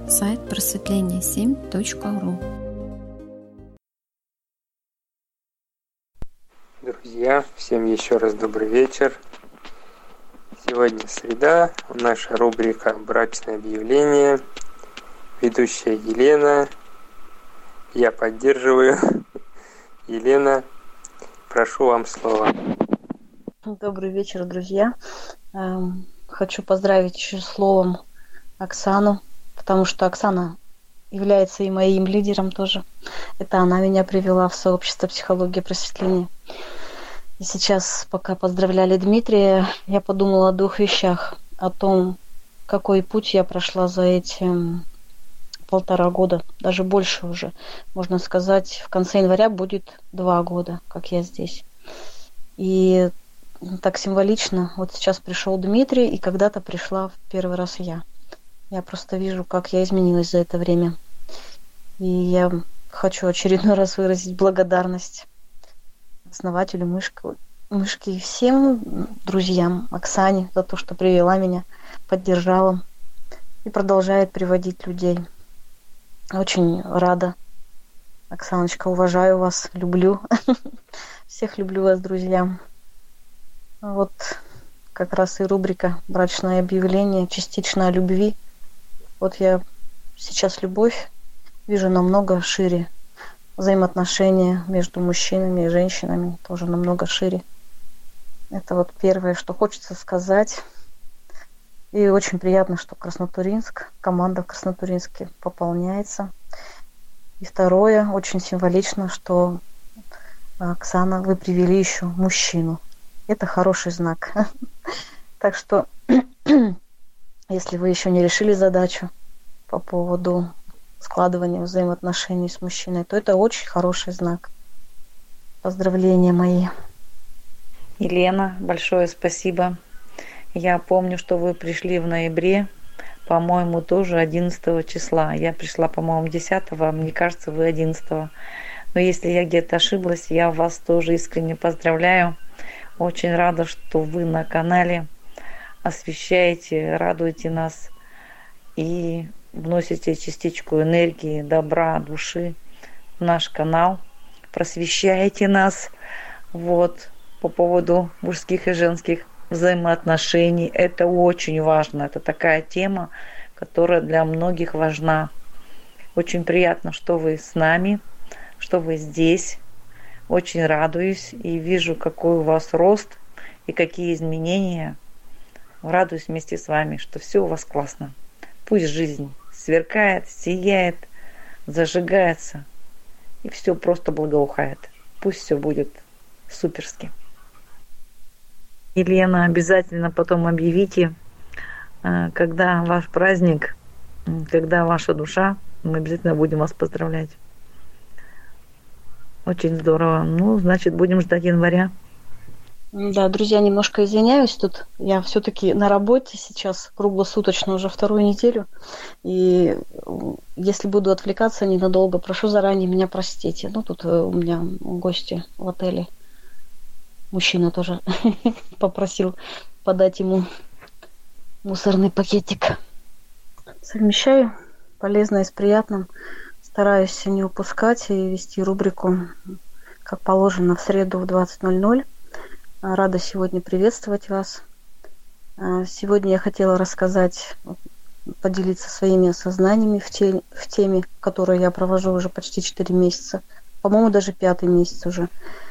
сайт просветление7.ру. Друзья, всем еще раз добрый вечер. Сегодня среда, наша рубрика «Брачное объявление». Ведущая Елена. Я поддерживаю. Елена, прошу вам слово. Добрый вечер, друзья. Хочу поздравить еще словом Оксану, потому что Оксана является и моим лидером тоже. Это она меня привела в сообщество психологии просветления. И сейчас, пока поздравляли Дмитрия, я подумала о двух вещах. О том, какой путь я прошла за эти 1,5 года, даже больше уже. Можно сказать, в конце января будет 2 года, как я здесь. И так символично. Вот сейчас пришел Дмитрий, и когда-то пришла в первый раз я. Я просто вижу, как я изменилась за это время. И я хочу очередной раз выразить благодарность основателю Мышки и всем друзьям, Оксане, за то, что привела меня, поддержала и продолжает приводить людей. Очень рада. Оксаночка, уважаю вас, люблю. Всех люблю вас, друзья. Вот как раз и рубрика «Брачное объявление», частично о любви. Вот я сейчас любовь вижу намного шире. Взаимоотношения между мужчинами и женщинами тоже намного шире. Это вот первое, что хочется сказать. И очень приятно, что Краснотурьинск, команда в Краснотурьинске пополняется. И второе, очень символично, что, Оксана, вы привели еще мужчину. Это хороший знак. Так что, если вы еще не решили задачу по поводу складывания взаимоотношений с мужчиной, то это очень хороший знак. Поздравления мои. Елена, большое спасибо. Я помню, что вы пришли в ноябре, по-моему, тоже 11 числа. Я пришла, по-моему, 10, мне кажется, вы 11. Но если я где-то ошиблась, я вас тоже искренне поздравляю. Очень рада, что вы на канале освещаете, радуете нас и вносите частичку энергии, добра, души в наш канал, просвещаете нас вот по поводу мужских и женских взаимоотношений. Это очень важно, это такая тема, которая для многих важна. Очень приятно, что вы с нами, что вы здесь. Очень радуюсь и вижу, какой у вас рост и какие изменения. Радуюсь вместе с вами, что все у вас классно. Пусть жизнь сверкает, сияет, зажигается, и все просто благоухает. Пусть все будет суперски. Елена, обязательно потом объявите, когда ваш праздник, когда ваша душа, мы обязательно будем вас поздравлять. Очень здорово. Ну, значит, будем ждать января. Да, друзья, немножко извиняюсь, тут я все-таки на работе сейчас круглосуточно уже 2-ю неделю, и если буду отвлекаться ненадолго, прошу заранее меня простить. Ну, тут у меня гости в отеле, мужчина тоже попросил подать ему мусорный пакетик. Совмещаю полезное с приятным, стараюсь не упускать и вести рубрику, как положено, в среду в 20:00. Рада сегодня приветствовать вас. Сегодня я хотела рассказать, поделиться своими осознаниями в теме, которую я провожу уже почти 4 месяца, по-моему, даже 5-й месяц уже.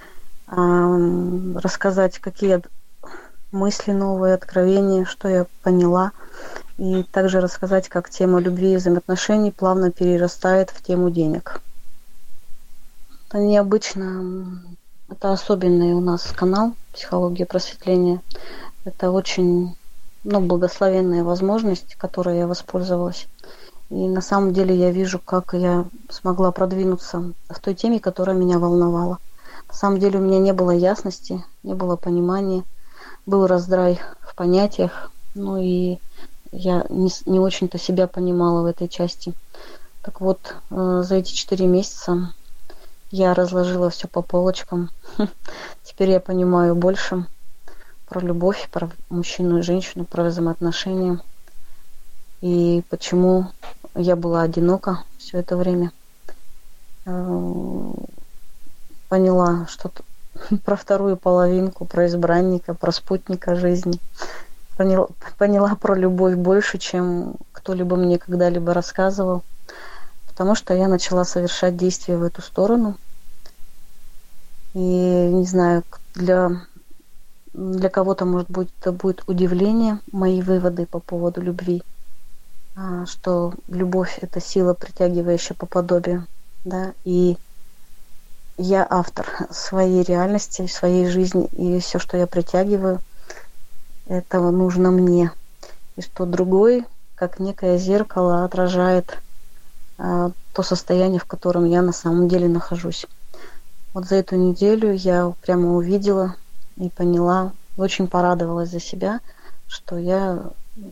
Рассказать, какие мысли новые, откровения, что я поняла. И также рассказать, как тема любви и взаимоотношений плавно перерастает в тему денег. Это необычно. Это особенный у нас канал «Психология просветления». Это очень благословенная возможность, которой я воспользовалась. И на самом деле я вижу, как я смогла продвинуться в той теме, которая меня волновала. На самом деле у меня не было ясности, не было понимания, был раздрай в понятиях, и я не очень-то себя понимала в этой части. Так вот, за эти 4 месяца я разложила все по полочкам. Теперь я понимаю больше про любовь, про мужчину и женщину, про взаимоотношения. И почему я была одинока все это время. Поняла что-то про вторую половинку, про избранника, про спутника жизни. Поняла про любовь больше, чем кто-либо мне когда-либо рассказывал. Потому что я начала совершать действия в эту сторону. И не знаю, для кого-то, может быть, это будет удивление, мои выводы по поводу любви. Что любовь – это сила, притягивающая по подобию. Да? И я автор своей реальности, своей жизни. И все, что я притягиваю, этого нужно мне. И что другой, как некое зеркало, отражает то состояние, в котором я на самом деле нахожусь. Вот за эту неделю я прямо увидела и поняла, очень порадовалась за себя, что я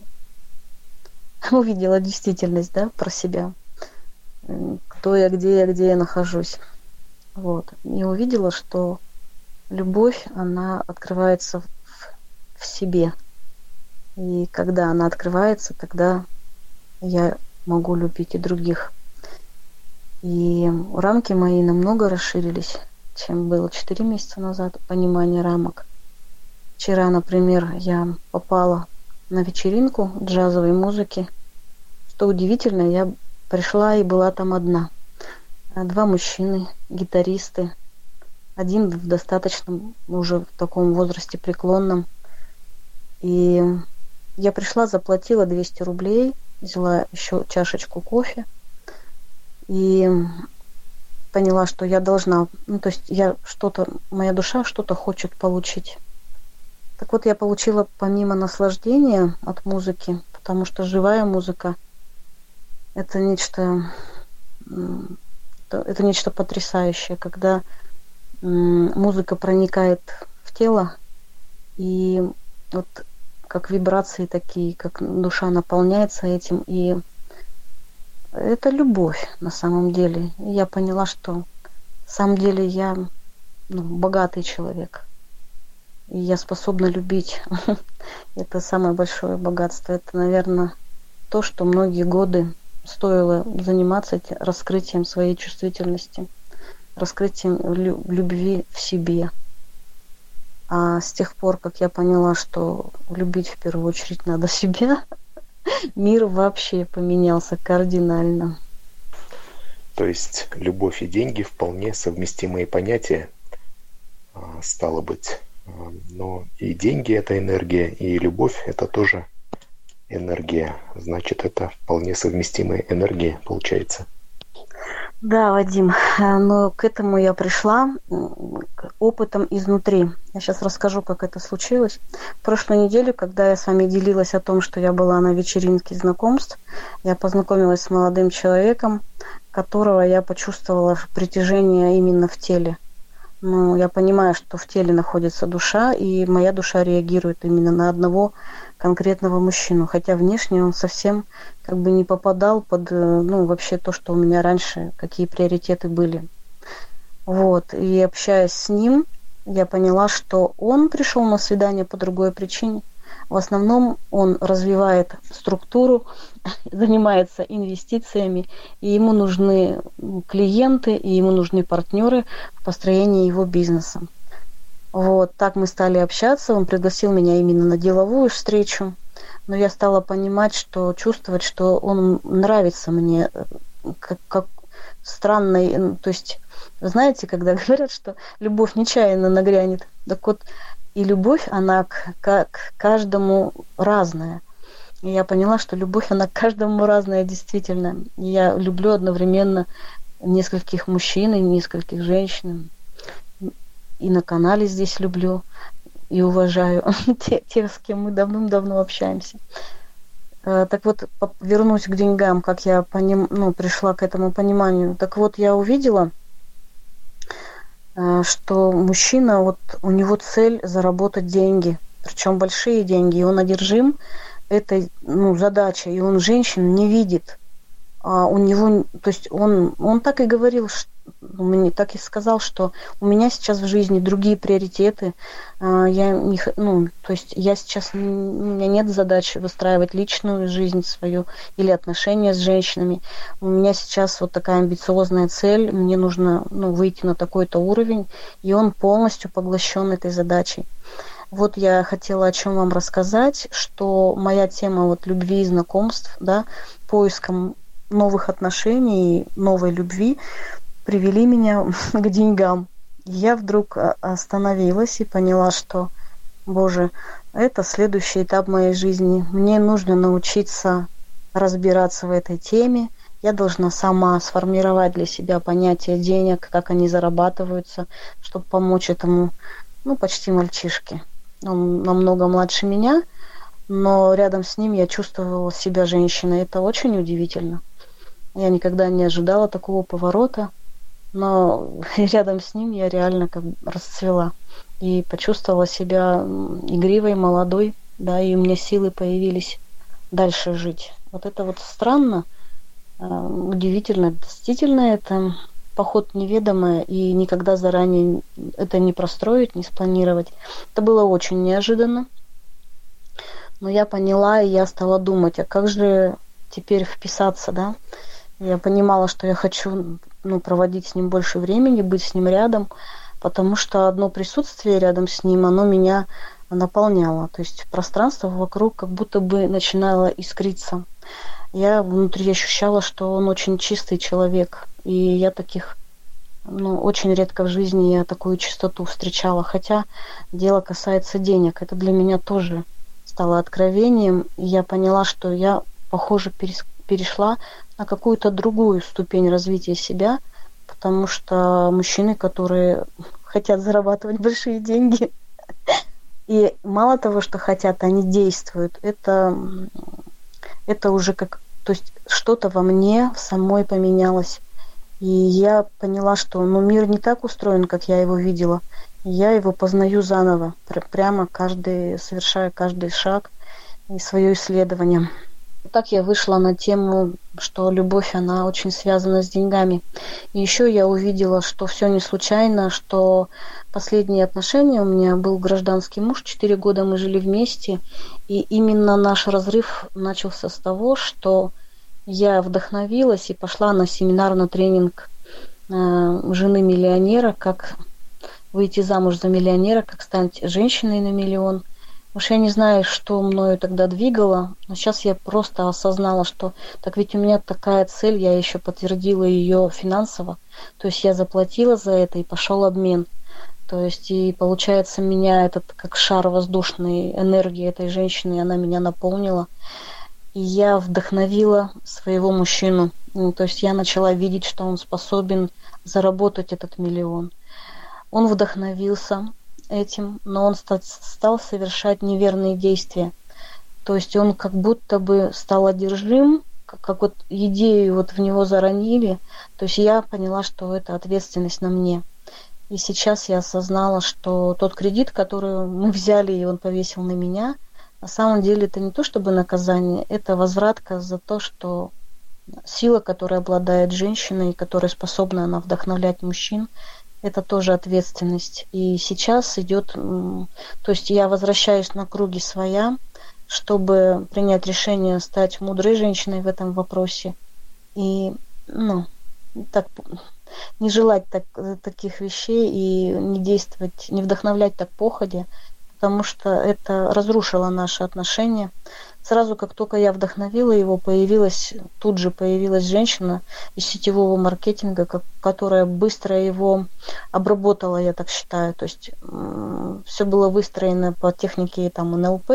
увидела действительность, да, про себя. Кто я, где я нахожусь. Вот. И увидела, что любовь, она открывается в себе. И когда она открывается, тогда я могу любить и других. И рамки мои намного расширились, чем было 4 месяца назад, понимание рамок. Вчера, например, я попала на вечеринку джазовой музыки. Что удивительно, я пришла и была там одна. 2 мужчины, гитаристы. Один в достаточном, уже в таком возрасте преклонном. И я пришла, заплатила 200 рублей, взяла еще чашечку кофе. И поняла, что я должна, то есть моя душа что-то хочет получить. Так вот, я получила помимо наслаждения от музыки, потому что живая музыка – это нечто потрясающее, когда музыка проникает в тело, и вот как вибрации такие, как душа наполняется этим, и это любовь на самом деле. И я поняла, что на самом деле я богатый человек. И я способна любить. Это самое большое богатство. Это, наверное, то, что многие годы стоило заниматься раскрытием своей чувствительности, раскрытием любви в себе. А с тех пор, как я поняла, что любить в первую очередь надо себя, мир вообще поменялся кардинально. То есть любовь и деньги вполне совместимые понятия, стало быть. Но и деньги – это энергия, и любовь – это тоже энергия. Значит, это вполне совместимые энергии, получается. Да, Вадим, но к этому я пришла опытом изнутри. Я сейчас расскажу, как это случилось. В прошлую неделю, когда я с вами делилась о том, что я была на вечеринке знакомств, я познакомилась с молодым человеком, которого я почувствовала притяжение именно в теле. Но я понимаю, что в теле находится душа, и моя душа реагирует именно на одного конкретного мужчину. Хотя внешне он совсем как бы не попадал под, вообще то, что у меня раньше, какие приоритеты были. Вот. И общаясь с ним, я поняла, что он пришел на свидание по другой причине. В основном он развивает структуру, занимается инвестициями, и ему нужны клиенты, и ему нужны партнеры в построении его бизнеса. Вот, так мы стали общаться, он пригласил меня именно на деловую встречу, но я стала чувствовать, что он нравится мне, как странный, то есть, вы знаете, когда говорят, что любовь нечаянно нагрянет, так вот, и любовь, она к каждому разная. И я поняла, что любовь, она к каждому разная, действительно. И я люблю одновременно нескольких мужчин и нескольких женщин. И на канале здесь люблю и уважаю тех, с кем мы давным-давно общаемся. Так вот, вернусь к деньгам, как я пришла к этому пониманию. Так вот, я увидела, что мужчина, вот у него цель заработать деньги, причем большие деньги, и он одержим этой задачей, и он женщин не видит у него, то есть он так и говорил, мне так и сказал, что у меня сейчас в жизни другие приоритеты. Я не, то есть я сейчас, у меня нет задачи выстраивать личную жизнь свою или отношения с женщинами. У меня сейчас вот такая амбициозная цель, мне нужно выйти на такой-то уровень, и он полностью поглощен этой задачей. Вот я хотела о чем вам рассказать, что моя тема вот любви и знакомств, да, поиском новых отношений, новой любви привели меня к деньгам. Я вдруг остановилась и поняла, что, Боже, это следующий этап моей жизни. Мне нужно научиться разбираться в этой теме. Я должна сама сформировать для себя понятие денег, как они зарабатываются, чтобы помочь этому, почти мальчишке. Он намного младше меня, но рядом с ним я чувствовала себя женщиной. Это очень удивительно. Я никогда не ожидала такого поворота, но рядом с ним я реально как бы расцвела и почувствовала себя игривой, молодой, да, и у меня силы появились дальше жить. Вот это вот странно, удивительно, действительно, это поход неведомое, и никогда заранее это не простроить, не спланировать. Это было очень неожиданно, но я поняла, и я стала думать, а как же теперь вписаться, да? Я понимала, что я хочу проводить с ним больше времени, быть с ним рядом, потому что одно присутствие рядом с ним, оно меня наполняло. То есть пространство вокруг как будто бы начинало искриться. Я внутри ощущала, что он очень чистый человек. И я таких, очень редко в жизни я такую чистоту встречала. Хотя дело касается денег. Это для меня тоже стало откровением. И я поняла, что я, похоже, перешла на какую-то другую ступень развития себя, потому что мужчины, которые хотят зарабатывать большие деньги, и мало того, что хотят, они действуют. Это уже как, то есть что-то во мне самой поменялось. И я поняла, что мир не так устроен, как я его видела. И я его познаю заново, прямо совершая каждый шаг и свое исследование. Так я вышла на тему, что любовь, она очень связана с деньгами. И еще я увидела, что все не случайно, что последние отношения у меня был гражданский муж, 4 года мы жили вместе, и именно наш разрыв начался с того, что я вдохновилась и пошла на семинар, на тренинг жены миллионера, как выйти замуж за миллионера, как стать женщиной на миллион. Уж я не знаю, что мною тогда двигало, но сейчас я просто осознала, что так ведь у меня такая цель, я еще подтвердила ее финансово. То есть я заплатила за это и пошел обмен. То есть и получается меня этот как шар воздушной энергии этой женщины, она меня наполнила. И я вдохновила своего мужчину. То есть я начала видеть, что он способен заработать этот миллион. Он вдохновился этим, но он стал совершать неверные действия. То есть он как будто бы стал одержим, как вот идею вот в него заронили. То есть я поняла, что это ответственность на мне. И сейчас я осознала, что тот кредит, который мы взяли, и он повесил на меня, на самом деле это не то чтобы наказание, это возвратка за то, что сила, которая обладает женщиной, которая способна она вдохновлять мужчин, это тоже ответственность. И сейчас идет, то есть я возвращаюсь на круги своя, чтобы принять решение стать мудрой женщиной в этом вопросе. И, так, не желать таких вещей и не действовать, не вдохновлять так походя, потому что это разрушило наши отношения. Сразу, как только я вдохновила его, тут же появилась женщина из сетевого маркетинга, которая быстро его обработала, я так считаю. То есть все было выстроено по технике НЛП,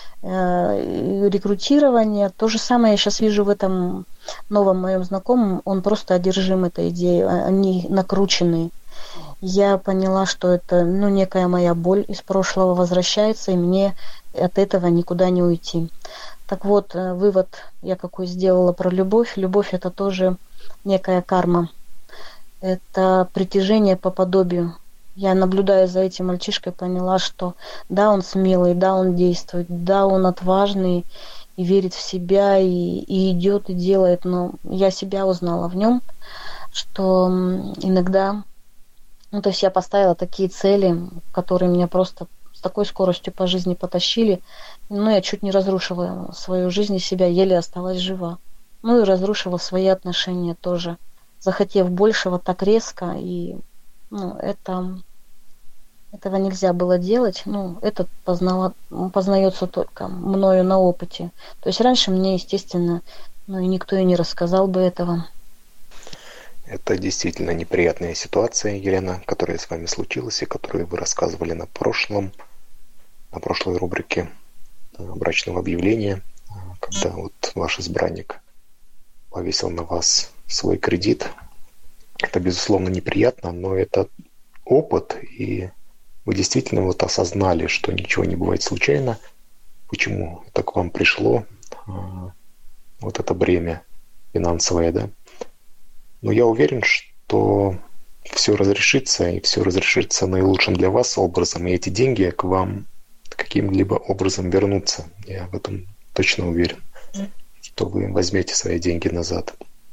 рекрутирования. То же самое я сейчас вижу в этом новом моем знакомом. Он просто одержим этой идеей, они накрученные. Я поняла, что это некая моя боль из прошлого возвращается, и мне от этого никуда не уйти. Так вот, вывод я какой сделала про любовь. Любовь – это тоже некая карма. Это притяжение по подобию. Я, наблюдая за этим мальчишкой, поняла, что да, он смелый, да, он действует, да, он отважный, и верит в себя, и идет, и делает. Но я себя узнала в нем, что иногда, ну, то есть я поставила такие цели, которые меня просто с такой скоростью по жизни потащили, но я чуть не разрушила свою жизнь и себя, еле осталась жива. Ну и разрушила свои отношения тоже, захотев большего так резко, и ну, этого нельзя было делать. Ну, это познается только мною на опыте. То есть раньше мне, естественно, ну и никто и не рассказал бы этого. Это действительно неприятная ситуация, Елена, которая с вами случилась и которую вы рассказывали на прошлой рубрике брачного объявления, когда вот ваш избранник повесил на вас свой кредит. Это, безусловно, неприятно, но это опыт, и вы действительно вот осознали, что ничего не бывает случайно, почему это к вам пришло, вот это бремя финансовое, да. Но я уверен, что все разрешится, и все разрешится наилучшим для вас образом, и эти деньги к вам каким-либо образом вернутся. Я в этом точно уверен, что вы возьмете свои деньги назад.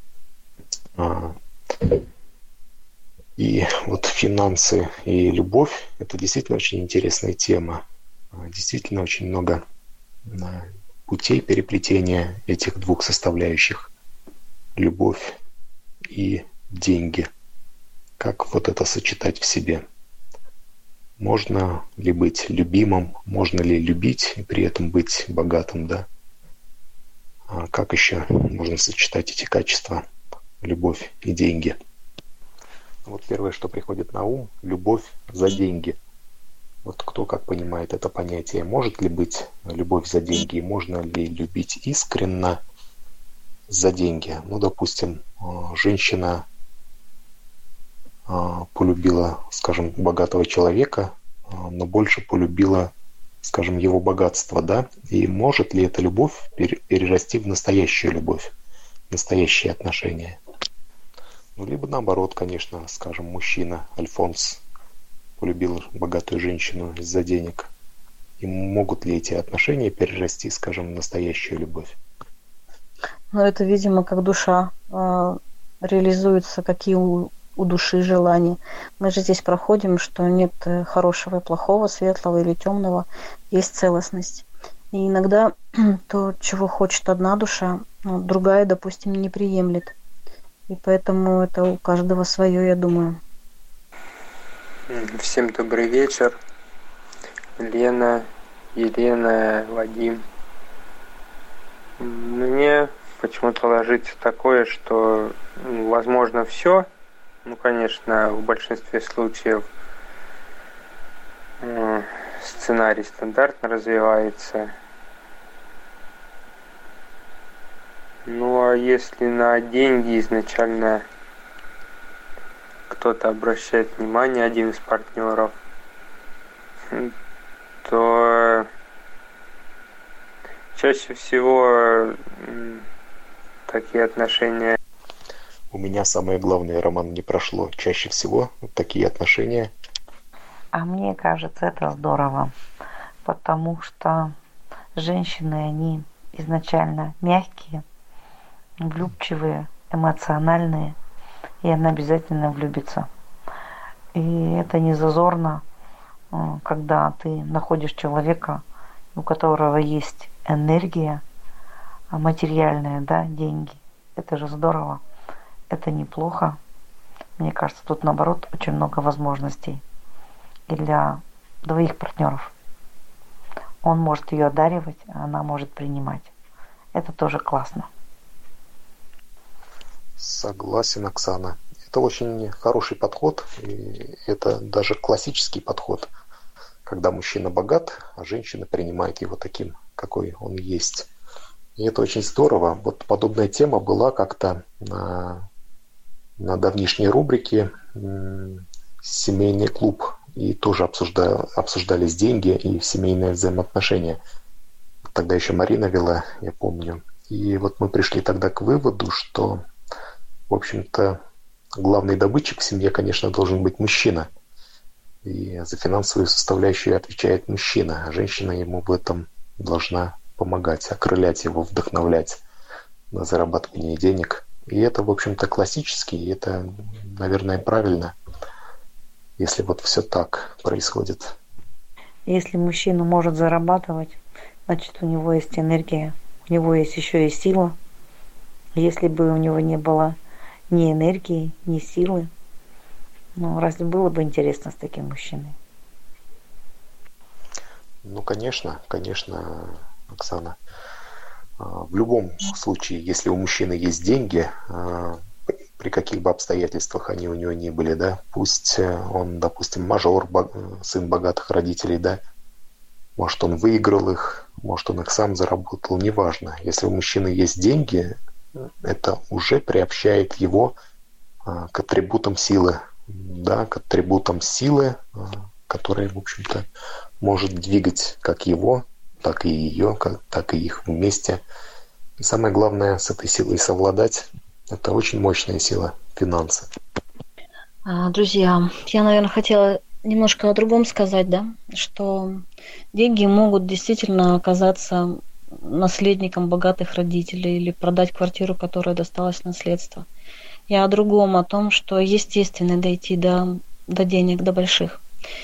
И вот финансы и любовь – это действительно очень интересная тема. Действительно очень много путей переплетения этих двух составляющих – любовь и деньги. Как вот это сочетать в себе? Можно ли быть любимым? Можно ли любить и при этом быть богатым, да? А как еще можно сочетать эти качества? Любовь и деньги. Вот первое, что приходит на ум – любовь за деньги. Вот кто как понимает это понятие? Может ли быть любовь за деньги? Можно ли любить искренне за деньги? Ну, допустим, женщина полюбила, скажем, богатого человека, но больше полюбила, скажем, его богатство, да? И может ли эта любовь перерасти в настоящую любовь, настоящие отношения? Ну, либо наоборот, конечно, скажем, мужчина, Альфонс, полюбил богатую женщину из-за денег. И могут ли эти отношения перерасти, скажем, в настоящую любовь? Ну, это, видимо, как душа реализуется, какие у души желания. Мы же здесь проходим, что нет хорошего и плохого, светлого или темного, есть целостность. И иногда то, чего хочет одна душа, другая, допустим, не приемлет. И поэтому это у каждого свое, я думаю. Всем добрый вечер. Лена, Елена, Вадим. Мне почему-то ложится такое, что возможно все. Ну, конечно, в большинстве случаев сценарий стандартно развивается. Ну, а если на деньги изначально кто-то обращает внимание, один из партнеров, то чаще всего такие отношения... У меня самое главное, Роман, не прошло. Чаще всего такие отношения... А мне кажется, это здорово, потому что женщины, они изначально мягкие, влюбчивые, эмоциональные, и она обязательно влюбится. И это не зазорно, когда ты находишь человека, у которого есть энергия материальная, да, деньги. Это же здорово, это неплохо. Мне кажется, тут наоборот очень много возможностей и для двоих партнеров. Он может ее одаривать, а она может принимать. Это тоже классно. Согласен, Оксана. Это очень хороший подход, и это даже классический подход, когда мужчина богат, а женщина принимает его таким, какой он есть. И это очень здорово. Вот подобная тема была как-то на давнишней рубрике «Семейный клуб», и тоже обсуждались деньги и семейные взаимоотношения. Тогда еще Марина вела, я помню. И вот мы пришли тогда к выводу, что, в общем-то, главный добытчик в семье, конечно, должен быть мужчина. И за финансовую составляющую отвечает мужчина, а женщина ему в этом должна помогать, окрылять его, вдохновлять на зарабатывание денег. И это, в общем-то, классически, и это, наверное, правильно, если вот все так происходит. Если мужчина может зарабатывать, значит, у него есть энергия, у него есть еще и сила. Если бы у него не было ни энергии, ни силы, ну, разве было бы интересно с таким мужчиной? Ну, конечно, Оксана. В любом случае, если у мужчины есть деньги, при каких бы обстоятельствах они у него ни были, да, пусть он, допустим, мажор, сын богатых родителей, да, может, он выиграл их, может, он их сам заработал, неважно. Если у мужчины есть деньги, это уже приобщает его к атрибутам силы, да, к атрибутам силы, которые, в общем-то, может двигать как его, так и ее, так и их вместе. И самое главное, с этой силой совладать. Это очень мощная сила, финансы. Друзья, я, наверное, хотела немножко о другом сказать, да, что деньги могут действительно оказаться наследником богатых родителей или продать квартиру, которая досталась в наследство. Я о другом, о том, что естественно дойти до денег, до больших.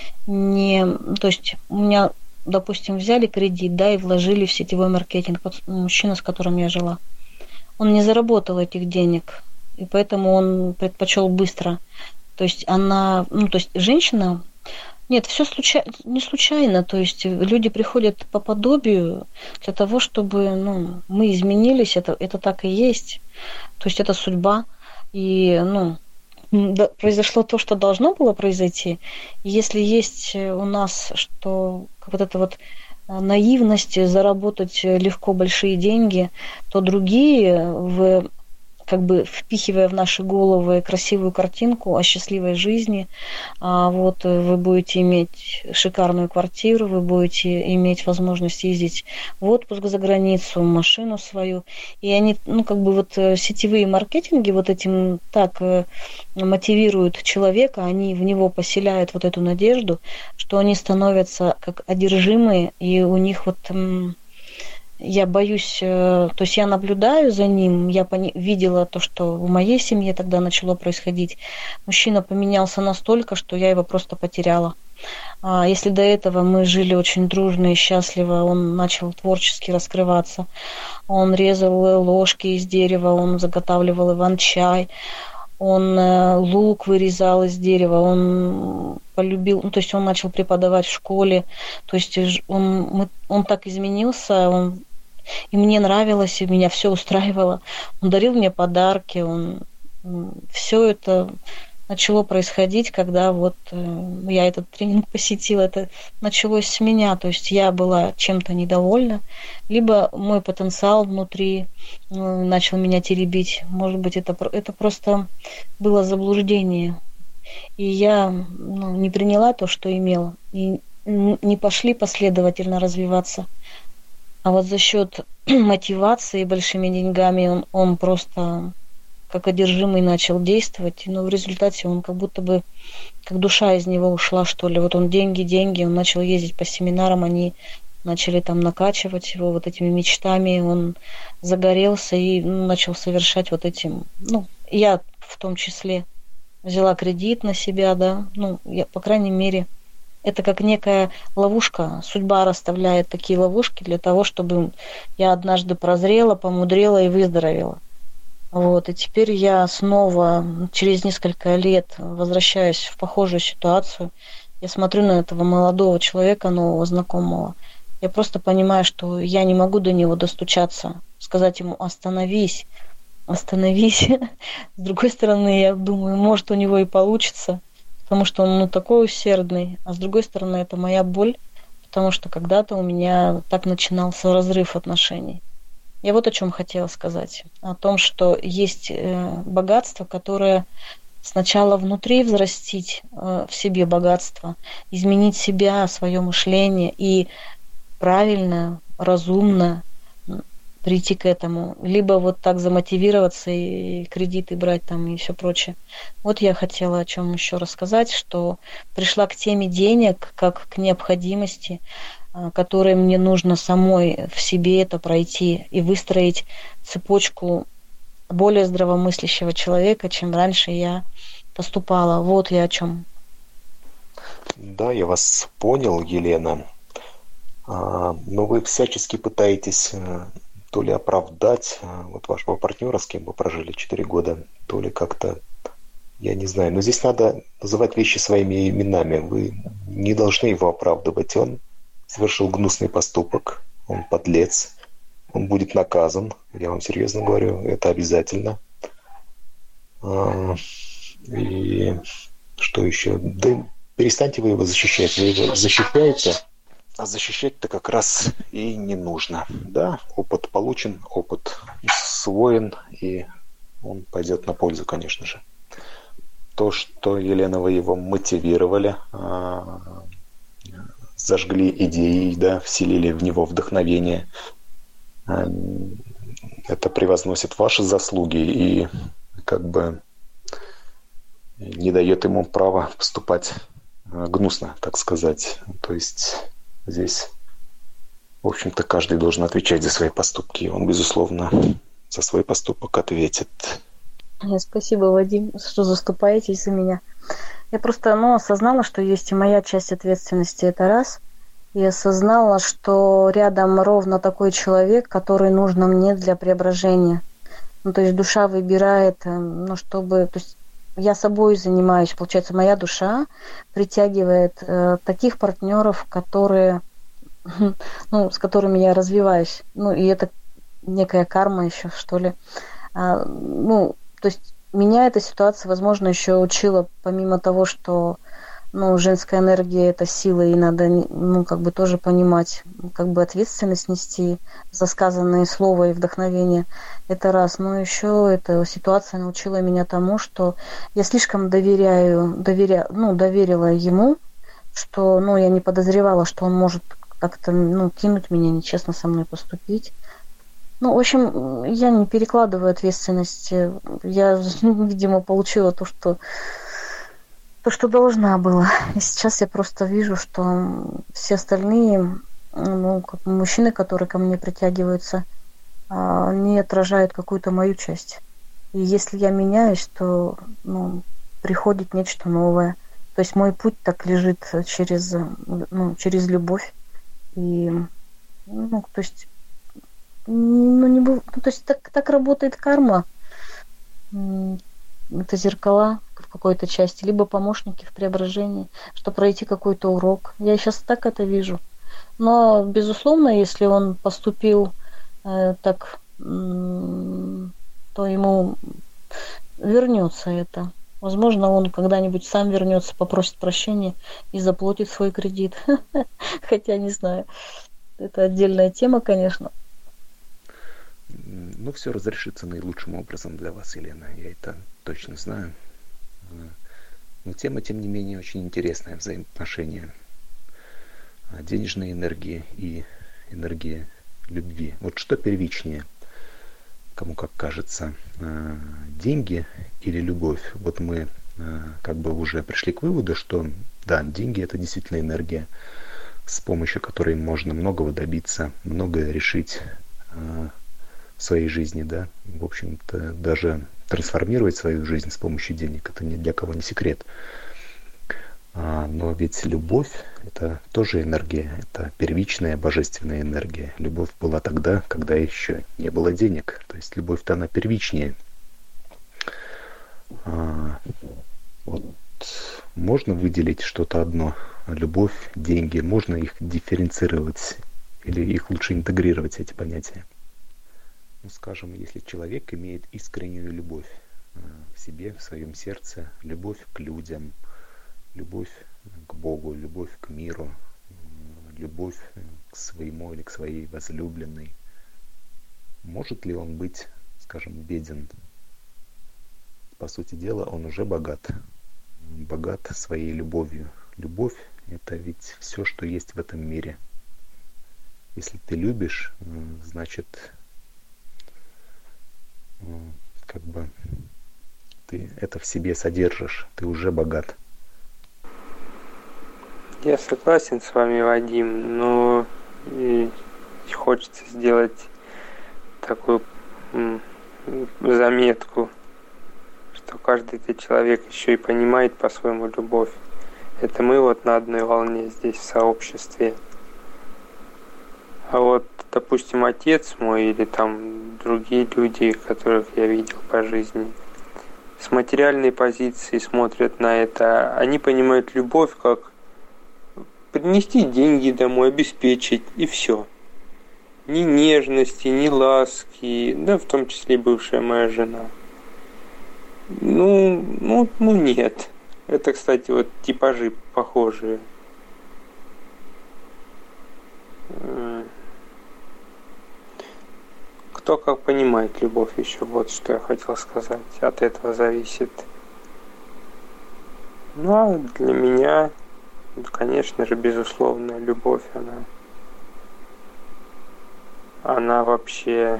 То есть у меня, допустим, взяли кредит, да, и вложили в сетевой маркетинг. Вот мужчина, с которым я жила, он не заработал этих денег, и поэтому он предпочел быстро. То есть женщина, нет, все не случайно, то есть люди приходят по подобию для того, чтобы, мы изменились, это так и есть, то есть это судьба, и, произошло то, что должно было произойти. И если есть у нас вот эта вот наивность заработать легко большие деньги, то другие, впихивая в наши головы красивую картинку о счастливой жизни, вот вы будете иметь шикарную квартиру, вы будете иметь возможность ездить в отпуск за границу, машину свою. И они, сетевые маркетинги вот этим так мотивируют человека, они в него поселяют вот эту надежду, что они становятся как одержимые, и у них я боюсь, то есть я наблюдаю за ним, я видела то, что в моей семье тогда начало происходить. Мужчина поменялся настолько, что я его просто потеряла. Если до этого мы жили очень дружно и счастливо, он начал творчески раскрываться. Он резал ложки из дерева, он заготавливал иван-чай, он лук вырезал из дерева, он полюбил, то есть он начал преподавать в школе, то есть он так изменился, и мне нравилось, и меня все устраивало. Он дарил мне подарки, все это начало происходить, когда я этот тренинг посетила, это началось с меня, то есть я была чем-то недовольна, либо мой потенциал внутри начал меня теребить, может быть, это просто было заблуждение, и я не приняла то, что имела, и не пошли последовательно развиваться. А вот за счет мотивации большими деньгами он просто как одержимый начал действовать, но в результате он как будто бы, как душа из него ушла, что ли. Вот он деньги, он начал ездить по семинарам, они начали там накачивать его вот этими мечтами, он загорелся и начал совершать вот этим, я в том числе взяла кредит на себя, да, я, по крайней мере, это как некая ловушка. Судьба расставляет такие ловушки для того, чтобы я однажды прозрела, помудрела и выздоровела. Вот. И теперь я снова через несколько лет возвращаюсь в похожую ситуацию. Я смотрю на этого молодого человека, нового знакомого. Я просто понимаю, что я не могу до него достучаться, сказать ему «остановись». С другой стороны, я думаю, может, у него и получится, потому что он такой усердный, а с другой стороны, это моя боль, потому что когда-то у меня так начинался разрыв отношений. Я вот о чем хотела сказать, о том, что есть богатство, которое сначала внутри взрастить в себе богатство, изменить себя, свое мышление и правильно, разумно прийти к этому, либо вот так замотивироваться и кредиты брать там и все прочее. Вот я хотела о чем еще рассказать, что пришла к теме денег как к необходимости. которой мне нужно самой в себе это пройти и выстроить цепочку более здравомыслящего человека, чем раньше я поступала. Вот я о чем. Да, я вас понял, Елена. Но вы всячески пытаетесь то ли оправдать вот вашего партнера, с кем вы прожили 4 года, то ли как-то, я не знаю. Но здесь надо называть вещи своими именами. Вы не должны его оправдывать. Он совершил гнусный поступок, он подлец, он будет наказан. Я вам серьезно говорю, это обязательно. И что еще? Да перестаньте вы его защищать. Вы его защищаете, а защищать-то как раз и не нужно. Да, опыт получен, опыт усвоен, и он пойдет на пользу, конечно же. То, что, Елена, вы его мотивировали, зажгли идеи, да, вселили в него вдохновение, это превозносит ваши заслуги и как бы не дает ему права поступать гнусно, так сказать. То есть здесь, в общем-то, каждый должен отвечать за свои поступки. Он, безусловно, за свой поступок ответит. Спасибо, Вадим, что заступаетесь за меня. Я просто осознала, что есть и моя часть ответственности, это раз. И осознала, что рядом ровно такой человек, который нужен мне для преображения. То есть душа выбирает, чтобы... То есть я собой занимаюсь, получается, моя душа притягивает таких партнеров, которые, с которыми я развиваюсь. И это некая карма еще, что ли. То есть меня эта ситуация, возможно, еще учила, помимо того, что женская энергия – это сила, и надо тоже понимать, ответственность нести за сказанное слово и вдохновение. Это раз. Но еще эта ситуация научила меня тому, что я слишком доверила ему, что я не подозревала, что он может как-то кинуть меня, нечестно со мной поступить. В общем, я не перекладываю ответственность. Я, видимо, получила то, что должна была. И сейчас я просто вижу, что все остальные, мужчины, которые ко мне притягиваются, они отражают какую-то мою часть. И если я меняюсь, то приходит нечто новое. То есть мой путь так лежит через любовь. И, то есть, так работает карма. Это зеркала в какой-то части, либо помощники в преображении, чтобы пройти какой-то урок. Я сейчас так это вижу. Но, безусловно, если он поступил так, то ему вернется это. Возможно, он когда-нибудь сам вернется, попросит прощения и заплатит свой кредит. Хотя не знаю. Это отдельная тема, конечно. Все разрешится наилучшим образом для вас, Елена. Я это точно знаю. Но тема, тем не менее, очень интересная. Взаимоотношения денежной энергии и энергии любви. Вот что первичнее, кому как кажется, деньги или любовь? Вот мы уже пришли к выводу, что да, деньги — это действительно энергия, с помощью которой можно многого добиться, многое решить в своей жизни, да, в общем-то, даже трансформировать свою жизнь с помощью денег, это ни для кого не секрет. Но ведь любовь — это тоже энергия, это первичная божественная энергия. Любовь была тогда, когда еще не было денег, то есть любовь-то она первичнее. Вот можно выделить что-то одно, любовь, деньги, можно их дифференцировать или их лучше интегрировать, эти понятия? Скажем, если человек имеет искреннюю любовь к себе, в своем сердце, любовь к людям, любовь к Богу, любовь к миру, любовь к своему или к своей возлюбленной, может ли он быть, скажем, беден? По сути дела, он уже богат своей любовью. Любовь — это ведь все, что есть в этом мире. Если ты любишь, значит, ты это в себе содержишь, ты уже богат. Я согласен с вами, Вадим, но хочется сделать такую заметку, что каждый этот человек еще и понимает по-своему любовь. Это мы вот на одной волне здесь в сообществе. А вот, допустим, отец мой или там другие люди, которых я видел по жизни, с материальной позиции смотрят на это, они понимают любовь как принести деньги домой, обеспечить, и все. Ни нежности, ни ласки, да, в том числе и бывшая моя жена. Ну нет. Это, кстати, вот типажи похожие. Кто как понимает любовь еще, вот что я хотел сказать. От этого зависит. Ну, а для меня, конечно же, безусловно, любовь, она вообще...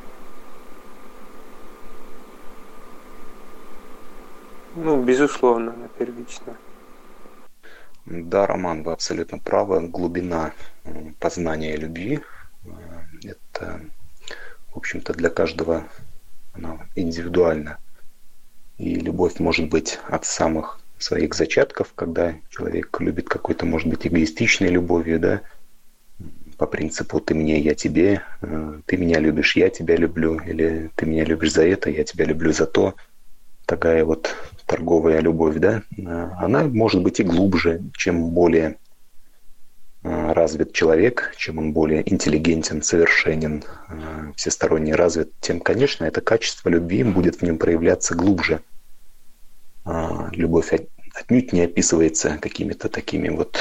безусловно, она первична. Да, Роман, вы абсолютно правы. Глубина познания любви – это, в общем-то, для каждого она индивидуальна. И любовь может быть от самых своих зачатков, когда человек любит какой-то, может быть, эгоистичной любовью, да, по принципу «ты мне, я тебе», «ты меня любишь, я тебя люблю», или «ты меня любишь за это, я тебя люблю за то». Такая вот торговая любовь, да, она может быть и глубже, чем более развит человек, чем он более интеллигентен, совершенен, всесторонне развит, тем, конечно, это качество любви будет в нем проявляться глубже. Любовь отнюдь не описывается какими-то такими вот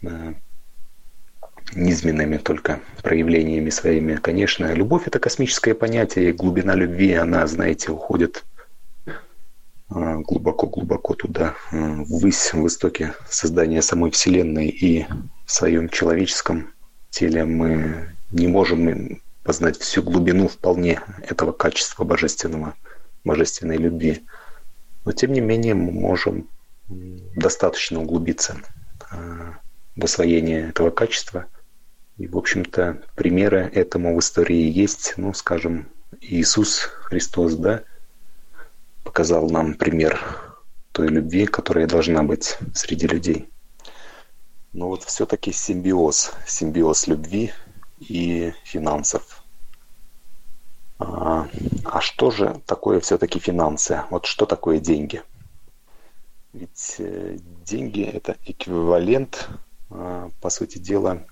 низменными только проявлениями своими. Конечно, любовь — это космическое понятие, и глубина любви, она, знаете, уходит глубоко-глубоко туда, ввысь, в истоке создания самой Вселенной, и в своем человеческом теле мы не можем познать всю глубину вполне этого качества божественной любви. Но тем не менее мы можем достаточно углубиться в освоение этого качества. И, в общем-то, примеры этому в истории есть. Скажем, Иисус Христос, да, показал нам пример той любви, которая должна быть среди людей. Но вот все-таки симбиоз любви и финансов. А что же такое все-таки финансы? Вот что такое деньги? Ведь деньги — это эквивалент, по сути дела,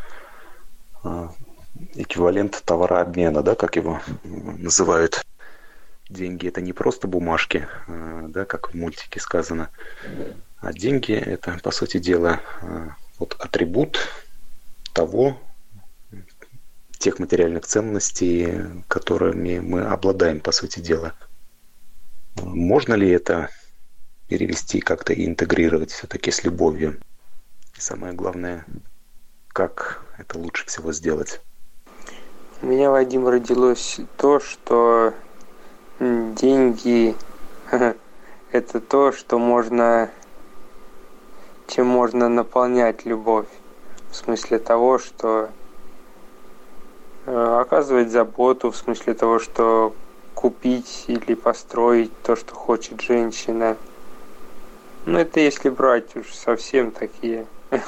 эквивалент товарообмена, да, как его называют. Деньги — это не просто бумажки, да, как в мультике сказано, а деньги — это, по сути дела, вот атрибут тех материальных ценностей, которыми мы обладаем, по сути дела. Можно ли это перевести как-то и интегрировать все-таки с любовью? И самое главное, как это лучше всего сделать? У меня, Вадим, родилось то, что деньги – это то, чем можно наполнять любовь. В смысле того, что оказывать заботу, в смысле того, что купить или построить то, что хочет женщина. Это если брать уж совсем такие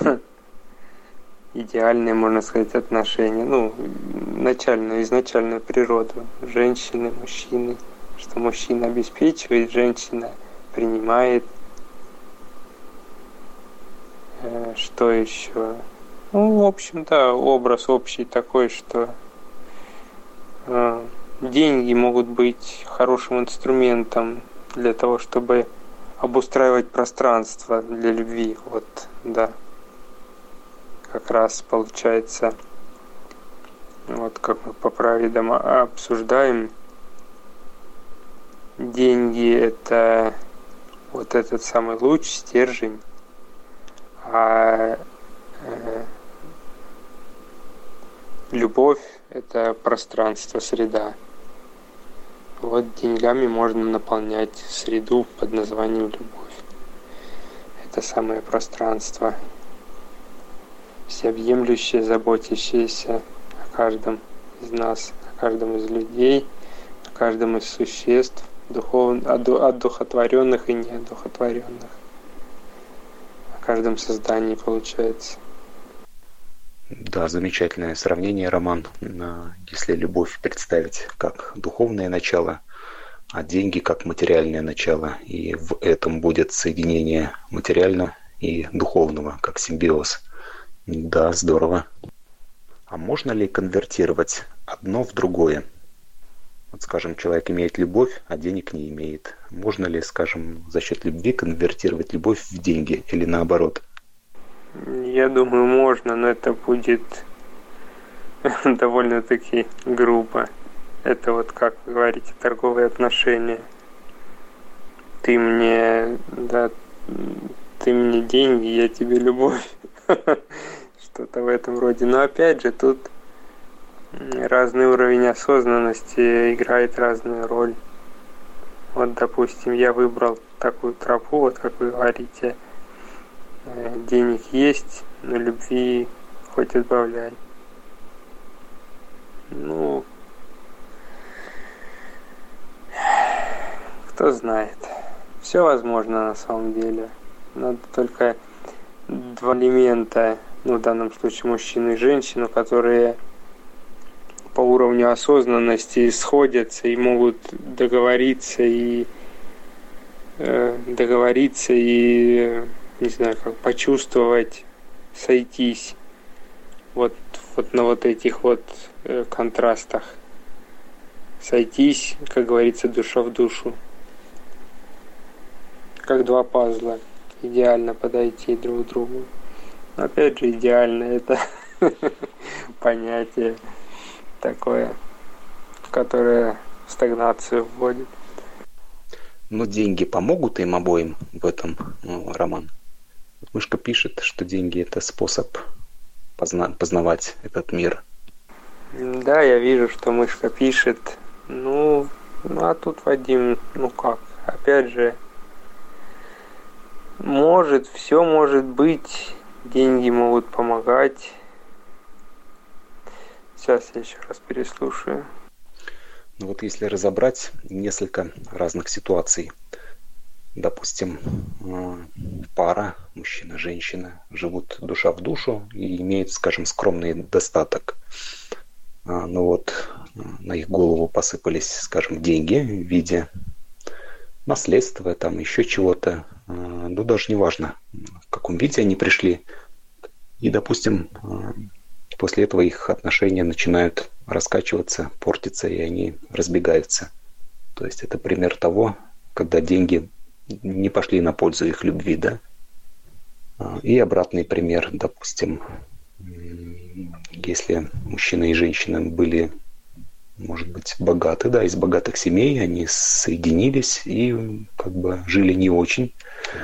идеальные, можно сказать, отношения. Изначальную природу женщины, мужчины. Что мужчина обеспечивает, женщина принимает. Что еще? В общем-то, образ общий такой, что деньги могут быть хорошим инструментом для того, чтобы обустраивать пространство для любви. Вот, да. Как раз получается, вот как мы по правилам обсуждаем, деньги — это вот этот самый луч, стержень, а любовь — это пространство, среда. Вот деньгами можно наполнять среду под названием любовь. Это самое пространство. всеобъемлющее, заботящееся о каждом из нас, о каждом из людей, о каждом из существ, одухотворенных и неодухотворенных. О каждом создании, получается. Да, замечательное сравнение, Роман. Если любовь представить как духовное начало, а деньги как материальное начало, и в этом будет соединение материального и духовного, как симбиоз. Да, здорово. А можно ли конвертировать одно в другое? Вот, скажем, человек имеет любовь, а денег не имеет. Можно ли, скажем, за счет любви конвертировать любовь в деньги или наоборот? Я думаю, можно, но это будет довольно-таки грубо. Это вот, как вы говорите, торговые отношения. Ты мне деньги, я тебе любовь. Что-то в этом роде. Но опять же, тут разный уровень осознанности играет разную роль. Вот, допустим, я выбрал такую тропу, вот как вы говорите, денег есть, но любви хоть отбавляй. Ну, кто знает. Все возможно на самом деле. Надо только два элемента, в данном случае мужчину и женщину, которые по уровню осознанности сходятся и могут договориться и не знаю, как почувствовать, сойтись вот на вот этих вот контрастах. Сойтись, как говорится, душа в душу. Как два пазла. Идеально подойти друг к другу. Но опять же, идеально это понятие такое, которое в стагнацию вводит. Но деньги помогут им обоим в этом, Роман? Мышка пишет, что деньги – это способ познавать этот мир. Да, я вижу, что мышка пишет. А тут, Вадим, как? Опять же, все может быть. Деньги могут помогать. Сейчас я еще раз переслушаю. Вот если разобрать несколько разных ситуаций. Допустим, пара, мужчина, женщина, живут душа в душу и имеют, скажем, скромный достаток. На их голову посыпались, скажем, деньги в виде наследства, там еще чего-то. Даже не важно, в каком виде они пришли. И, допустим, после этого их отношения начинают раскачиваться, портиться, и они разбегаются. То есть это пример того, когда деньги не пошли на пользу их любви, да? И обратный пример, допустим, если мужчина и женщина были, может быть, богаты, да, из богатых семей, они соединились и как бы жили не очень.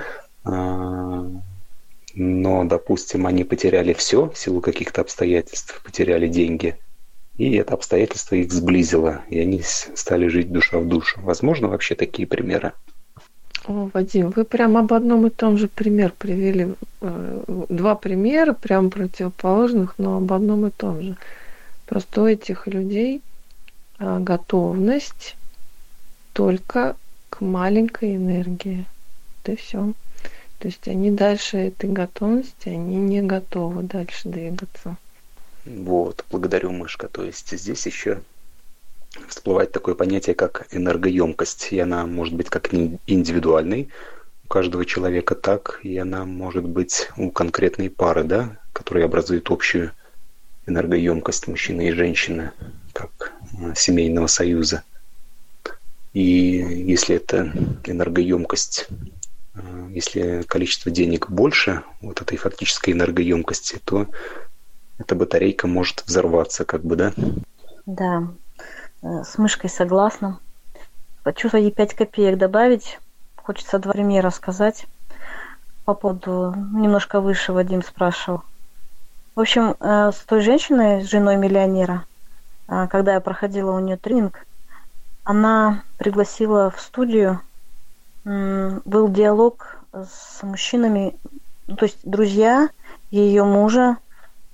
Но, допустим, они потеряли все в силу каких-то обстоятельств, потеряли деньги, и это обстоятельство их сблизило, и они стали жить душа в душу. Возможно, вообще такие примеры? Вадим, вы прям об одном и том же пример привели. Два примера прям противоположных, но об одном и том же. Просто у этих людей готовность только к маленькой энергии. Это все. То есть они дальше этой готовности, они не готовы дальше двигаться. Вот, благодарю, Мышка. То есть здесь еще всплывает такое понятие, как энергоемкость. И она может быть как индивидуальной у каждого человека, так и она может быть у конкретной пары, да, которая образует общую энергоемкость мужчины и женщины, как семейного союза. И если эта энергоемкость, если количество денег больше вот этой фактической энергоемкости, то эта батарейка может взорваться, как бы, да? Да, с Мышкой согласна. Хочу свои 5 копеек добавить. Хочется 2 примера сказать по поводу, немножко выше Вадим спрашивал. В общем, с той женщиной, с женой миллионера, когда я проходила у нее тренинг, она пригласила в студию, был диалог с мужчинами, то есть друзья ее мужа,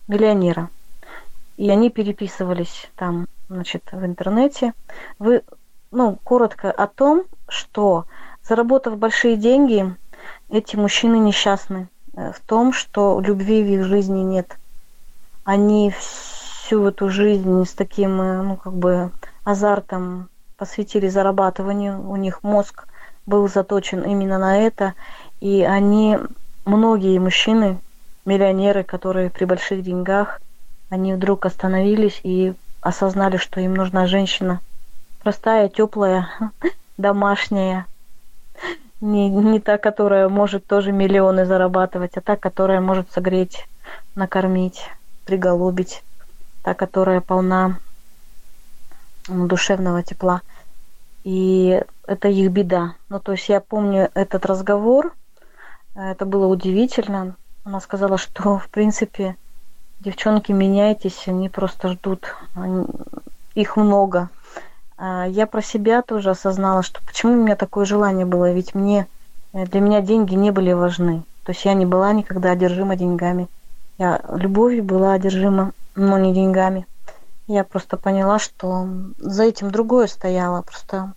миллионера. И они переписывались там, значит, в интернете. Коротко о том, что, заработав большие деньги, эти мужчины несчастны в том, что любви в их жизни нет. Они всю эту жизнь с таким, азартом посвятили зарабатыванию. У них мозг был заточен именно на это. И многие мужчины, миллионеры, которые при больших деньгах, они вдруг остановились и осознали, что им нужна женщина простая, теплая, домашняя, не та, которая может тоже миллионы зарабатывать, а та, которая может согреть, накормить, приголубить, та, которая полна душевного тепла. И это их беда. То есть я помню этот разговор, это было удивительно. Она сказала, что, в принципе, девчонки, меняйтесь, они просто ждут, их много. Я про себя тоже осознала, что почему у меня такое желание было, ведь для меня деньги не были важны. То есть я не была никогда одержима деньгами. Я любовью была одержима, но не деньгами. Я просто поняла, что за этим другое стояло. Просто,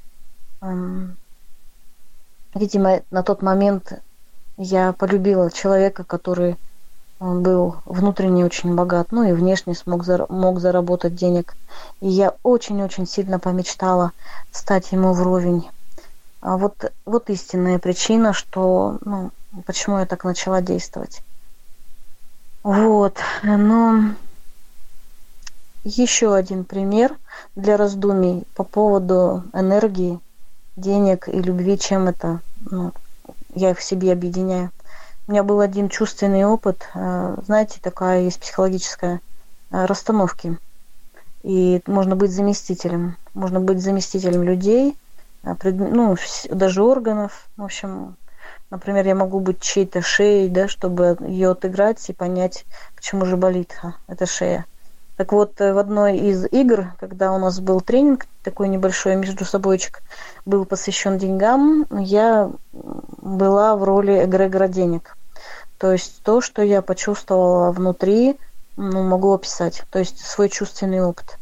видимо, на тот момент я полюбила человека, который был внутренне очень богат, и внешне мог заработать денег. И я очень-очень сильно помечтала стать ему вровень. Вот истинная причина, что, почему я так начала действовать. Но еще один пример для раздумий по поводу энергии, денег и любви, чем это, я их в себе объединяю. У меня был один чувственный опыт, знаете, такая есть психологическая расстановки. И можно быть заместителем людей, даже органов. В общем, например, я могу быть чьей-то шеей, да, чтобы ее отыграть и понять, почему же болит эта шея. Так вот, в одной из игр, когда у нас был тренинг, такой небольшой между собойчик, был посвящен деньгам, я была в роли эгрегора денег. То есть то, что я почувствовала внутри, могу описать. То есть свой чувственный опыт.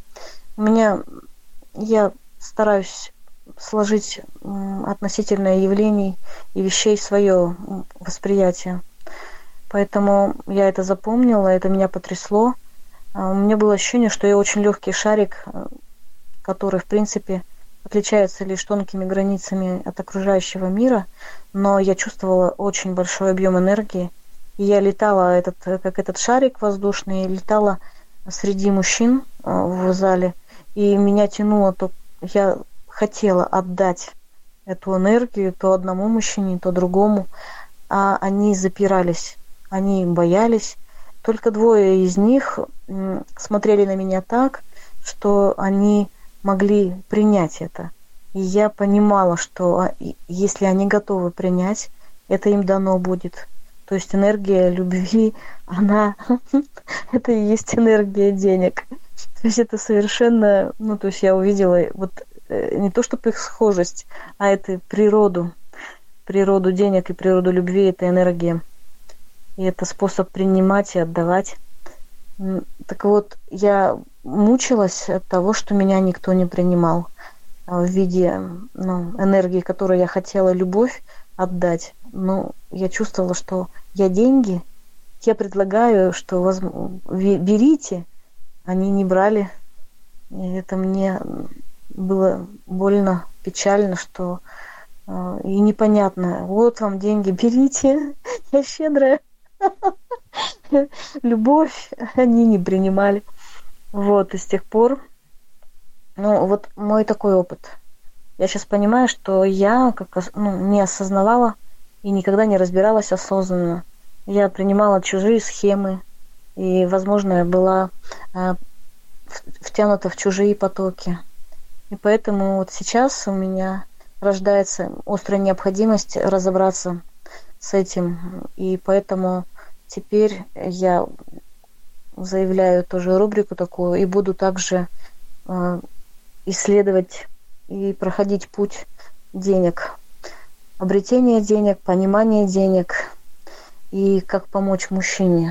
Я стараюсь сложить относительно явлений и вещей свое восприятие. Поэтому я это запомнила, это меня потрясло. У меня было ощущение, что я очень легкий шарик, который, в принципе, отличается лишь тонкими границами от окружающего мира, но я чувствовала очень большой объем энергии. И я летала, как этот шарик воздушный, летала среди мужчин в зале, и меня тянуло, я хотела отдать эту энергию то одному мужчине, то другому, а они запирались, они боялись. Только двое из них смотрели на меня так, что они могли принять это. И я понимала, что если они готовы принять, это им дано будет. То есть энергия любви, это и есть энергия денег. То есть это совершенно, то есть я увидела не то чтобы их схожесть, а это природу денег и природу любви, это энергия. И это способ принимать и отдавать. Так вот, я мучилась от того, что меня никто не принимал в виде энергии, которую я хотела любовь отдать. Я чувствовала, что я деньги, я предлагаю, что берите, они не брали. И это мне было больно, печально, что и непонятно. Вот вам деньги, берите, я щедрая. Любовь они не принимали. И с тех пор, мой такой опыт. Я сейчас понимаю, что я не осознавала и никогда не разбиралась осознанно. Я принимала чужие схемы, и, возможно, я была втянута в чужие потоки. И поэтому сейчас у меня рождается острая необходимость разобраться с этим. И поэтому теперь я заявляю тоже рубрику такую и буду также исследовать и проходить путь денег. Обретение денег, понимание денег и как помочь мужчине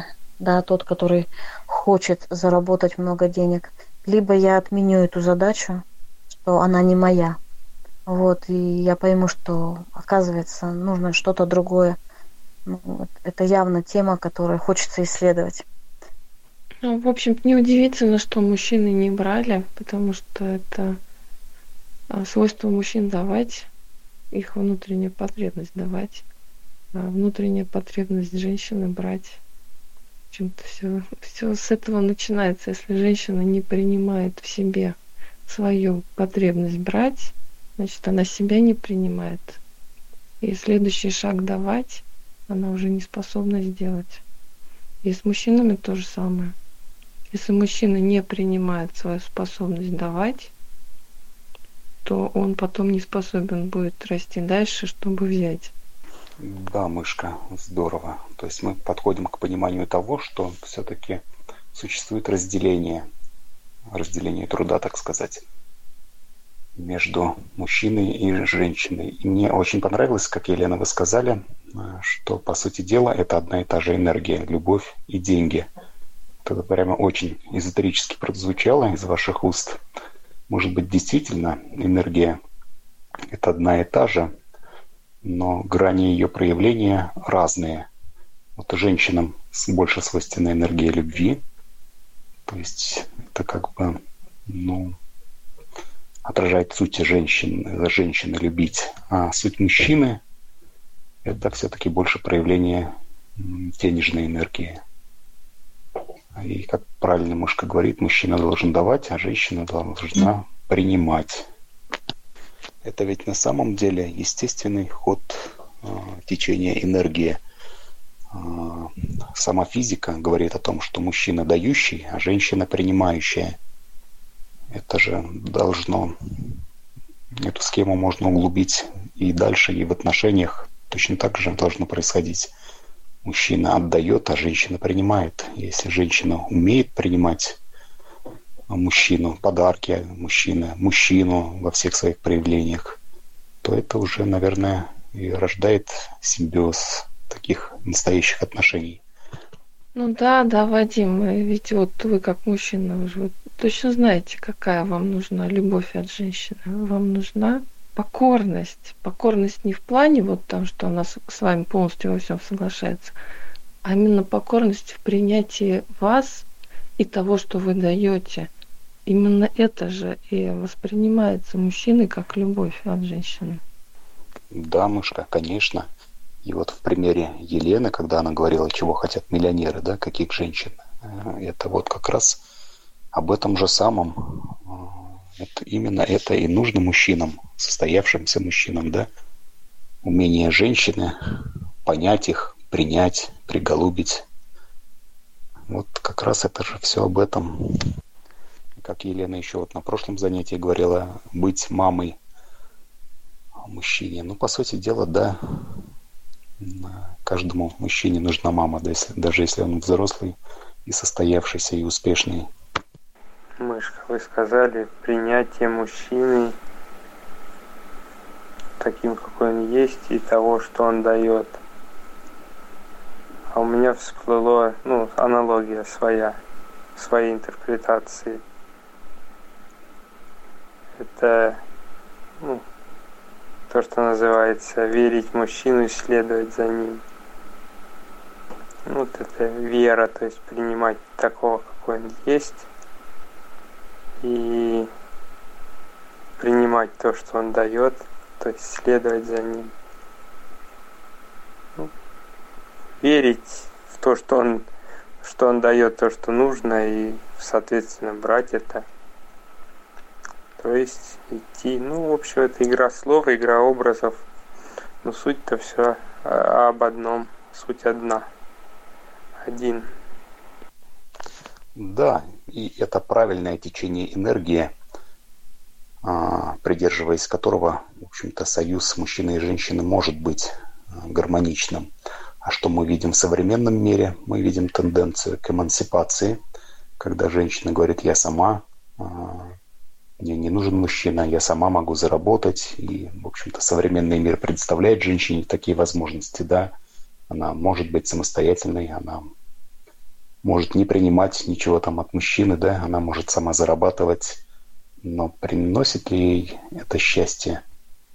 да, тот, который хочет заработать много денег, либо я отменю эту задачу, что она не моя. Вот, и я пойму, что, оказывается, нужно что-то другое. Ну, вот, это явно тема, которую хочется исследовать. Ну, в общем-то, неудивительно, что мужчины не брали, потому что это свойство мужчин давать, их внутренняя потребность давать, а внутренняя потребность женщины брать. В общем-то, все с этого начинается. Если женщина не принимает в себе свою потребность брать, значит, она себя не принимает. И следующий шаг давать она уже не способна сделать. И с мужчинами то же самое. Если мужчина не принимает свою способность давать, то он потом не способен будет расти дальше, чтобы взять. Да, Мышка, здорово. То есть мы подходим к пониманию того, что все-таки существует разделение труда, так сказать, между мужчиной и женщиной. И мне очень понравилось, как, Елена, вы сказали, что, по сути дела, это одна и та же энергия, любовь и деньги. Это прямо очень эзотерически прозвучало из ваших уст. Может быть, действительно, энергия – это одна и та же, но грани ее проявления разные. Вот женщинам больше свойственна энергия любви, то есть это как бы, отражает суть женщины любить. А суть мужчины – это все-таки больше проявление денежной энергии. И, как правильно Мышка говорит, мужчина должен давать, а женщина должна принимать. Это ведь на самом деле естественный ход течения энергии. Сама физика говорит о том, что мужчина дающий, а женщина принимающая. Это же должно... Эту схему можно углубить и дальше, и в отношениях точно так же должно происходить. Мужчина отдает, а женщина принимает. Если женщина умеет принимать мужчину, подарки мужчину во всех своих проявлениях, то это уже, наверное, и рождает симбиоз таких настоящих отношений. Ну да, Вадим, ведь вот вы как мужчина, вы же точно знаете, какая вам нужна любовь от женщины. Вам нужна покорность. Покорность не в плане вот там, что она с вами полностью во всем соглашается, а именно покорность в принятии вас и того, что вы даете. Именно это же и воспринимается мужчиной как любовь от женщины. Да, Мышка, конечно. И вот в примере Елены, когда она говорила, чего хотят миллионеры, да, каких женщин, это вот как раз об этом же самом. Вот именно это и нужно мужчинам, состоявшимся мужчинам, да. Умение женщины понять их, принять, приголубить. Вот как раз это же все об этом. Как Елена еще вот на прошлом занятии говорила, быть мамой мужчине. Ну, по сути дела, да, каждому мужчине нужна мама, даже если он взрослый и состоявшийся, и успешный. Мышка, вы сказали, принятие мужчины таким, какой он есть, и того, что он дает. А у меня всплыла, аналогия своей интерпретации. Это, то, что называется верить мужчину и следовать за ним. Вот это вера, то есть принимать такого, какой он есть, и принимать то, что он дает, то есть следовать за ним. Верить в то, что он дает то, что нужно, и, соответственно, брать это. То есть идти, в общем, это игра слов, игра образов. Но суть-то все об одном, суть одна. Один. Да, и это правильное течение энергии, придерживаясь которого, в общем-то, союз мужчины и женщины может быть гармоничным. А что мы видим в современном мире? Мы видим тенденцию к эмансипации, когда женщина говорит: я сама, мне не нужен мужчина, я сама могу заработать. И, в общем-то, современный мир предоставляет женщине такие возможности, да. Она может быть самостоятельной, она может не принимать ничего там от мужчины, да, она может сама зарабатывать, но приносит ли ей это счастье?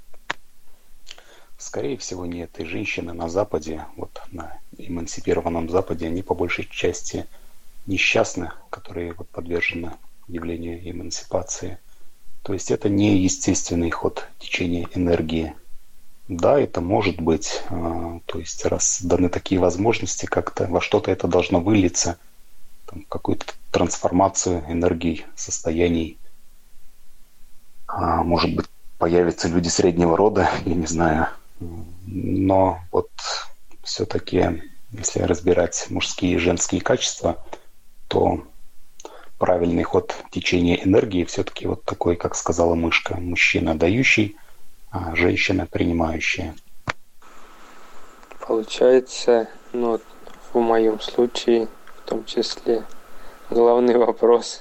Скорее всего, нет. И женщины на Западе, вот на эмансипированном Западе, они по большей части несчастны, которые вот подвержены явлению эмансипации. То есть это не естественный ход течения энергии. Да, это может быть, то есть раз даны такие возможности, как-то во что-то это должно вылиться, там, в какую-то трансформацию энергий, состояний. Может быть, появятся люди среднего рода, я не знаю. Но вот все-таки, если разбирать мужские и женские качества, то правильный ход течения энергии все-таки вот такой, как сказала мышка, мужчина дающий, а женщина принимающая. Получается, ну, в моем случае, в том числе, главный вопрос,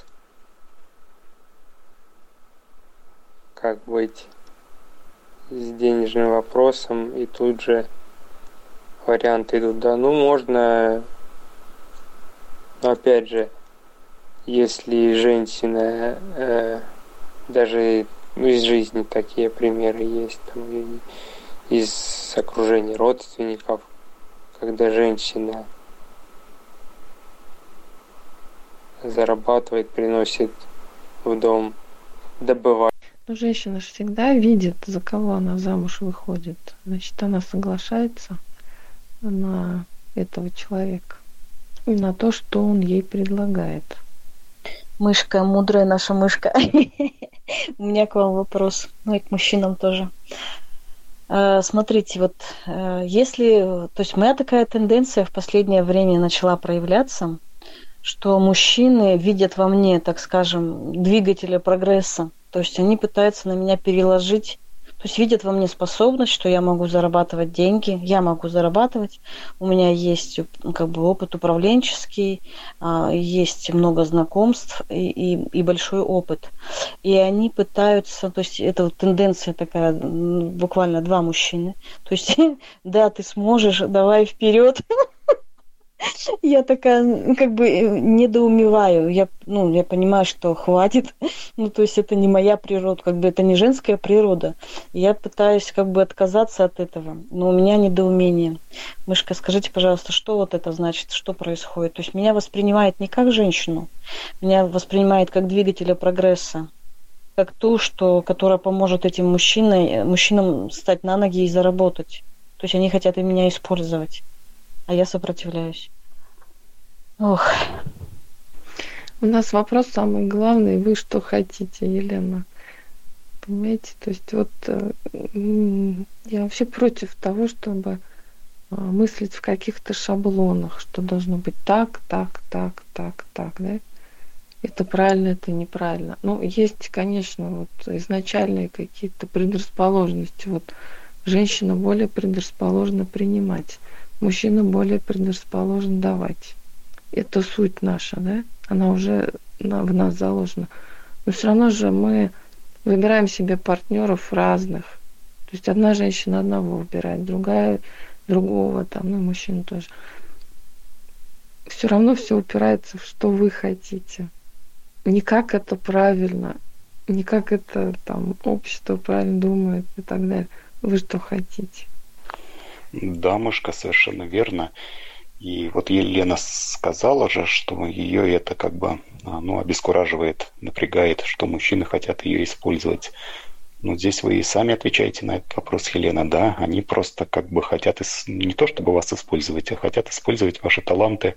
как быть с денежным вопросом, и тут же варианты идут, да, ну, можно, но опять же, если женщина, даже из жизни такие примеры есть, там, из окружения родственников, когда женщина зарабатывает, приносит в дом, добывает. Но женщина же всегда видит, за кого она замуж выходит. Значит, она соглашается на этого человека и на то, что он ей предлагает. Мышка, мудрая наша мышка. У меня к вам вопрос, ну и к мужчинам тоже. Смотрите, вот если... То есть моя такая тенденция в последнее время начала проявляться, что мужчины видят во мне, так скажем, двигателя прогресса. То есть они пытаются на меня переложить, то есть видят во мне способность, что я могу зарабатывать деньги, я могу зарабатывать, у меня есть как бы опыт управленческий, есть много знакомств и большой опыт. И они пытаются, то есть это вот тенденция такая, буквально два мужчины, то есть да, ты сможешь, давай вперед. Я такая, как бы, недоумеваю. Я понимаю, что хватит. Ну, то есть это не моя природа, как бы это не женская природа. Я пытаюсь как бы отказаться от этого, но у меня недоумение. Мышка, скажите, пожалуйста, что вот это значит, что происходит? То есть меня воспринимает не как женщину, меня воспринимает как двигателя прогресса, как ту, которая поможет этим мужчинам встать на ноги и заработать. То есть они хотят и меня использовать. А я сопротивляюсь. Ох. У нас вопрос самый главный. Вы что хотите, Елена? Понимаете? То есть вот я вообще против того, чтобы мыслить в каких-то шаблонах, что должно быть так, да? Это правильно, это неправильно. Ну, есть, конечно, вот изначальные какие-то предрасположенности. Вот женщина более предрасположена принимать. Мужчина более предрасположен давать. Это суть наша, да? Она уже в нас заложена. Но все равно же мы выбираем себе партнеров разных. То есть одна женщина одного выбирает, другая другого, там, ну, мужчина тоже. Все равно все упирается в что вы хотите. Не как это правильно, не как это там общество правильно думает и так далее. Вы что хотите? Да, мышка, совершенно верно. И вот Елена сказала же, что ее это как бы обескураживает, напрягает, что мужчины хотят ее использовать. Но здесь вы и сами отвечаете на этот вопрос, Елена, да? Они просто как бы хотят не то чтобы вас использовать, а хотят использовать ваши таланты.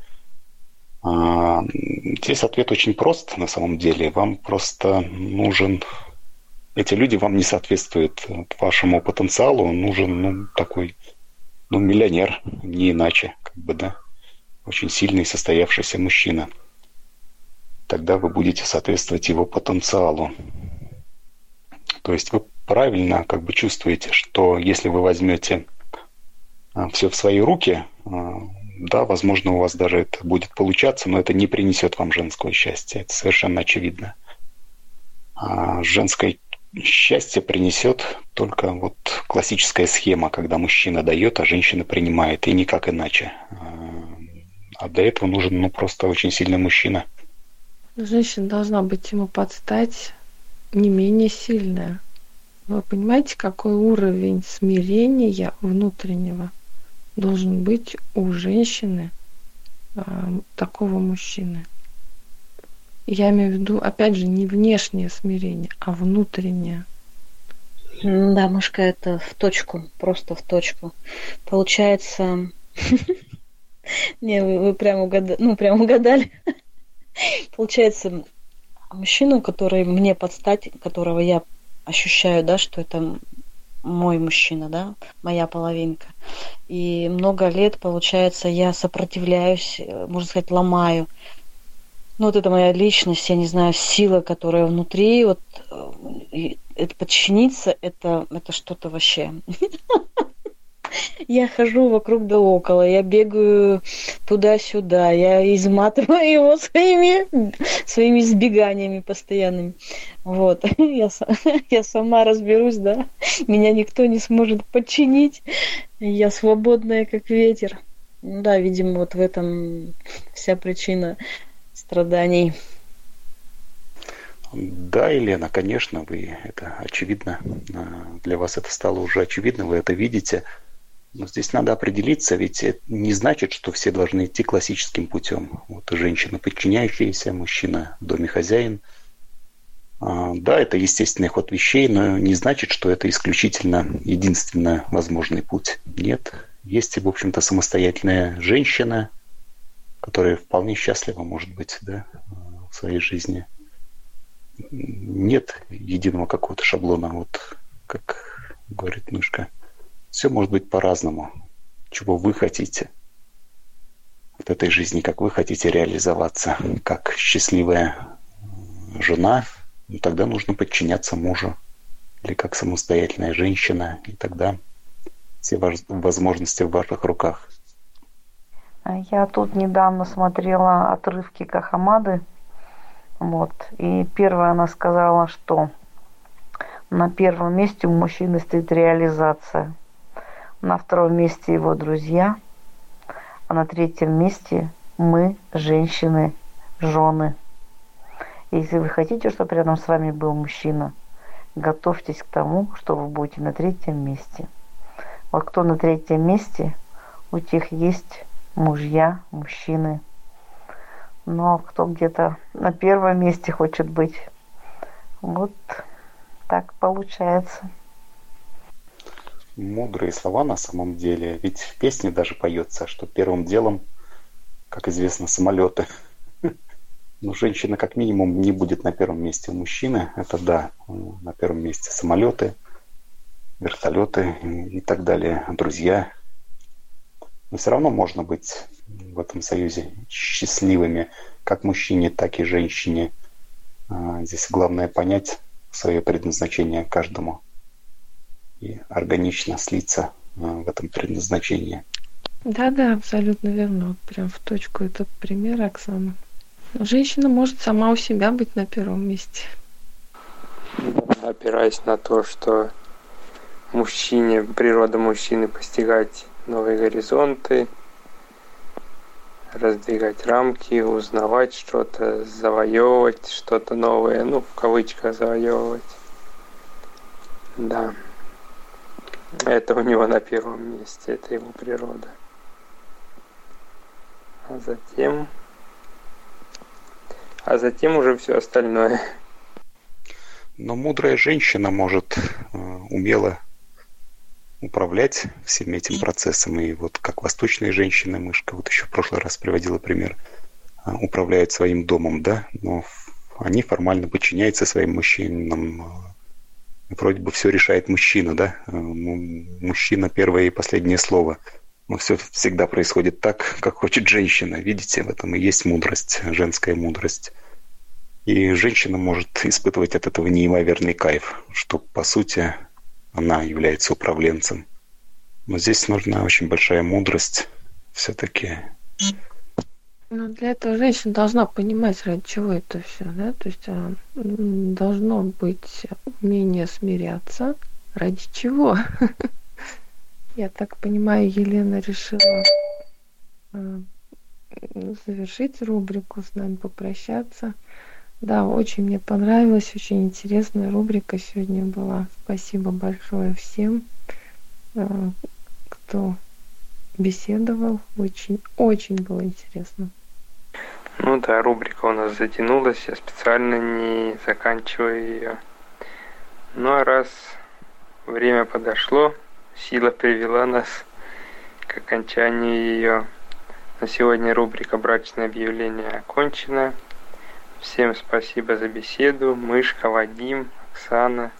Здесь ответ очень прост на самом деле. Вам просто нужен... Эти люди вам не соответствуют вашему потенциалу. Нужен такой... миллионер, не иначе, как бы, да, очень сильный состоявшийся мужчина. Тогда вы будете соответствовать его потенциалу. То есть вы правильно как бы чувствуете, что если вы возьмете все в свои руки, да, возможно, у вас даже это будет получаться, но это не принесет вам женского счастья. Это совершенно очевидно. Женское счастье принесет только вот классическая схема, когда мужчина дает, а женщина принимает, и никак иначе. А для этого нужен, просто очень сильный мужчина. Женщина должна быть ему под стать не менее сильная. Вы понимаете, какой уровень смирения внутреннего должен быть у женщины, такого мужчины? Я имею в виду, опять же, не внешнее смирение, а внутреннее. Да, мышка, это в точку, просто в точку. Получается, не, вы прям угадали. Получается, мужчину, который мне под стать, которого я ощущаю, да, что это мой мужчина, да, моя половинка. И много лет, получается, я сопротивляюсь, можно сказать, ломаю. Вот это моя личность, я не знаю, сила, которая внутри, вот это подчиниться, это что-то вообще. Я хожу вокруг да около, я бегаю туда-сюда, я изматываю его своими сбеганиями постоянными. Вот. Я сама разберусь, да. Меня никто не сможет подчинить. Я свободная, как ветер. Да, видимо, вот в этом вся причина страданий. Да, Елена, конечно, это очевидно. Для вас это стало уже очевидно, вы это видите. Но здесь надо определиться, ведь это не значит, что все должны идти классическим путем. Вот женщина подчиняющаяся, мужчина в доме хозяин. Да, это естественный ход вещей, но не значит, что это исключительно единственно возможный путь. Нет, есть, в общем-то, самостоятельная женщина, которая вполне счастлива, может быть, да, в своей жизни. Нет единого какого-то шаблона, вот как говорит мышка. Все может быть по-разному. Чего вы хотите от этой жизни, как вы хотите реализоваться, как счастливая жена, тогда нужно подчиняться мужу. Или как самостоятельная женщина, и тогда все возможности в ваших руках. Я тут недавно смотрела отрывки Кахамады. Вот. И первое она сказала, что на первом месте у мужчины стоит реализация. На втором месте его друзья, а на третьем месте мы, женщины, жены. Если вы хотите, чтобы рядом с вами был мужчина, готовьтесь к тому, что вы будете на третьем месте. Вот кто на третьем месте, у тех есть мужья, мужчины. Но кто где-то на первом месте хочет быть, вот так получается. Мудрые слова на самом деле. Ведь в песне даже поется, что первым делом, как известно, самолеты. Но женщина как минимум не будет на первом месте у мужчины. Это да, на первом месте самолеты, вертолеты и так далее, друзья. Но все равно можно быть в этом союзе счастливыми, как мужчине, так и женщине. Здесь главное понять свое предназначение каждому и органично слиться в этом предназначении. Да, абсолютно верно. Вот прям в точку этот пример, Оксана. Женщина может сама у себя быть на первом месте. Опираясь на то, что природа мужчины постигать новые горизонты, раздвигать рамки, узнавать что-то, завоевывать что-то новое, в кавычках завоевывать. Да. Это у него на первом месте, это его природа. А затем уже все остальное. Но мудрая женщина может умело управлять всем этим процессом. И вот как восточные женщины, мышка, вот еще в прошлый раз приводила пример, управляют своим домом, да, но они формально подчиняются своим мужчинам. Вроде бы все решает мужчина, да, мужчина первое и последнее слово. Но все всегда происходит так, как хочет женщина. Видите, в этом и есть мудрость, женская мудрость. И женщина может испытывать от этого неимоверный кайф, что, по сути, она является управленцем. Но здесь нужна очень большая мудрость все-таки. Но для этого женщина должна понимать, ради чего это все, да? То есть должно быть умение смиряться. Ради чего? Я так понимаю, Елена решила завершить рубрику, с нами попрощаться. Да, очень мне понравилось, очень интересная рубрика сегодня была. Спасибо большое всем, кто беседовал. Очень было интересно. Ну да, рубрика у нас затянулась, я специально не заканчиваю ее. Ну а раз время подошло, сила привела нас к окончанию ее. На сегодня рубрика «Брачное объявление» окончена. Всем спасибо за беседу. Мышка, Вадим, Оксана,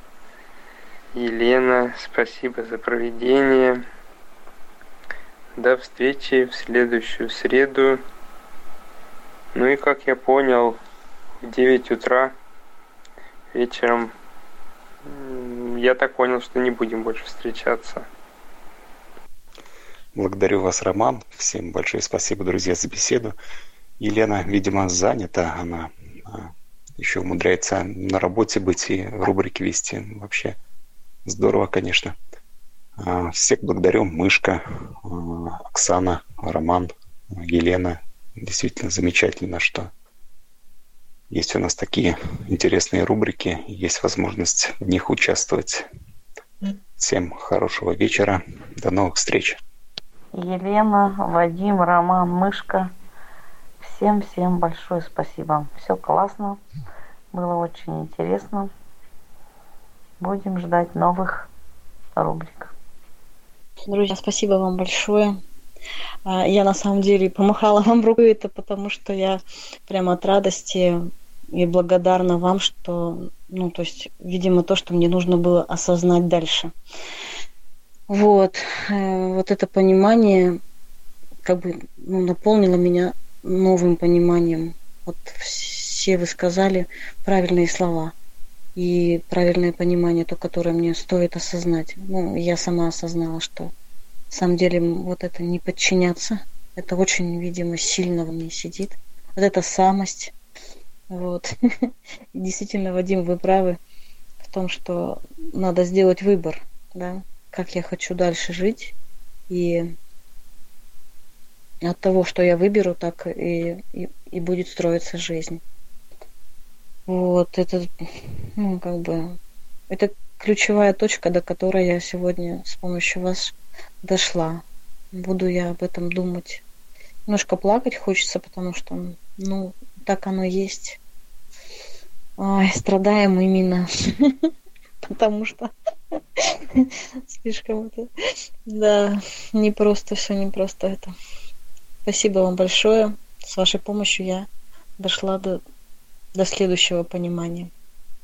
Елена, спасибо за проведение. До встречи в следующую среду. Ну и как я понял, в 9 утра вечером, я так понял, что не будем больше встречаться. Благодарю вас, Роман. Всем большое спасибо, друзья, за беседу. Елена, видимо, занята. Она еще умудряется на работе быть и рубрики вести. Вообще здорово, конечно. Всех благодарю. Мышка, Оксана, Роман, Елена. Действительно замечательно, что есть у нас такие интересные рубрики. Есть возможность в них участвовать. Всем хорошего вечера. До новых встреч. Елена, Вадим, Роман, Мышка. Всем большое спасибо. Все классно. Было очень интересно. Будем ждать новых рубрик. Друзья, спасибо вам большое. Я на самом деле помахала вам рукой, это потому что я прямо от радости и благодарна вам, что, то есть, видимо, то, что мне нужно было осознать дальше. Вот это понимание наполнило меня новым пониманием. Вот все вы сказали правильные слова и правильное понимание, то, которое мне стоит осознать. Я сама осознала, что на самом деле вот это не подчиняться, это очень, видимо, сильно во мне сидит. Вот эта самость. Вот. Действительно, Вадим, вы правы в том, что надо сделать выбор, да, как я хочу дальше жить, и от того, что я выберу, так и будет строиться жизнь. Вот это, это ключевая точка, до которой я сегодня с помощью вас дошла. Буду я об этом думать. Немножко плакать хочется, потому что, так оно есть. Ой, страдаем именно, потому что слишком это, да, непросто все, непросто это. Спасибо вам большое. С вашей помощью я дошла до следующего понимания.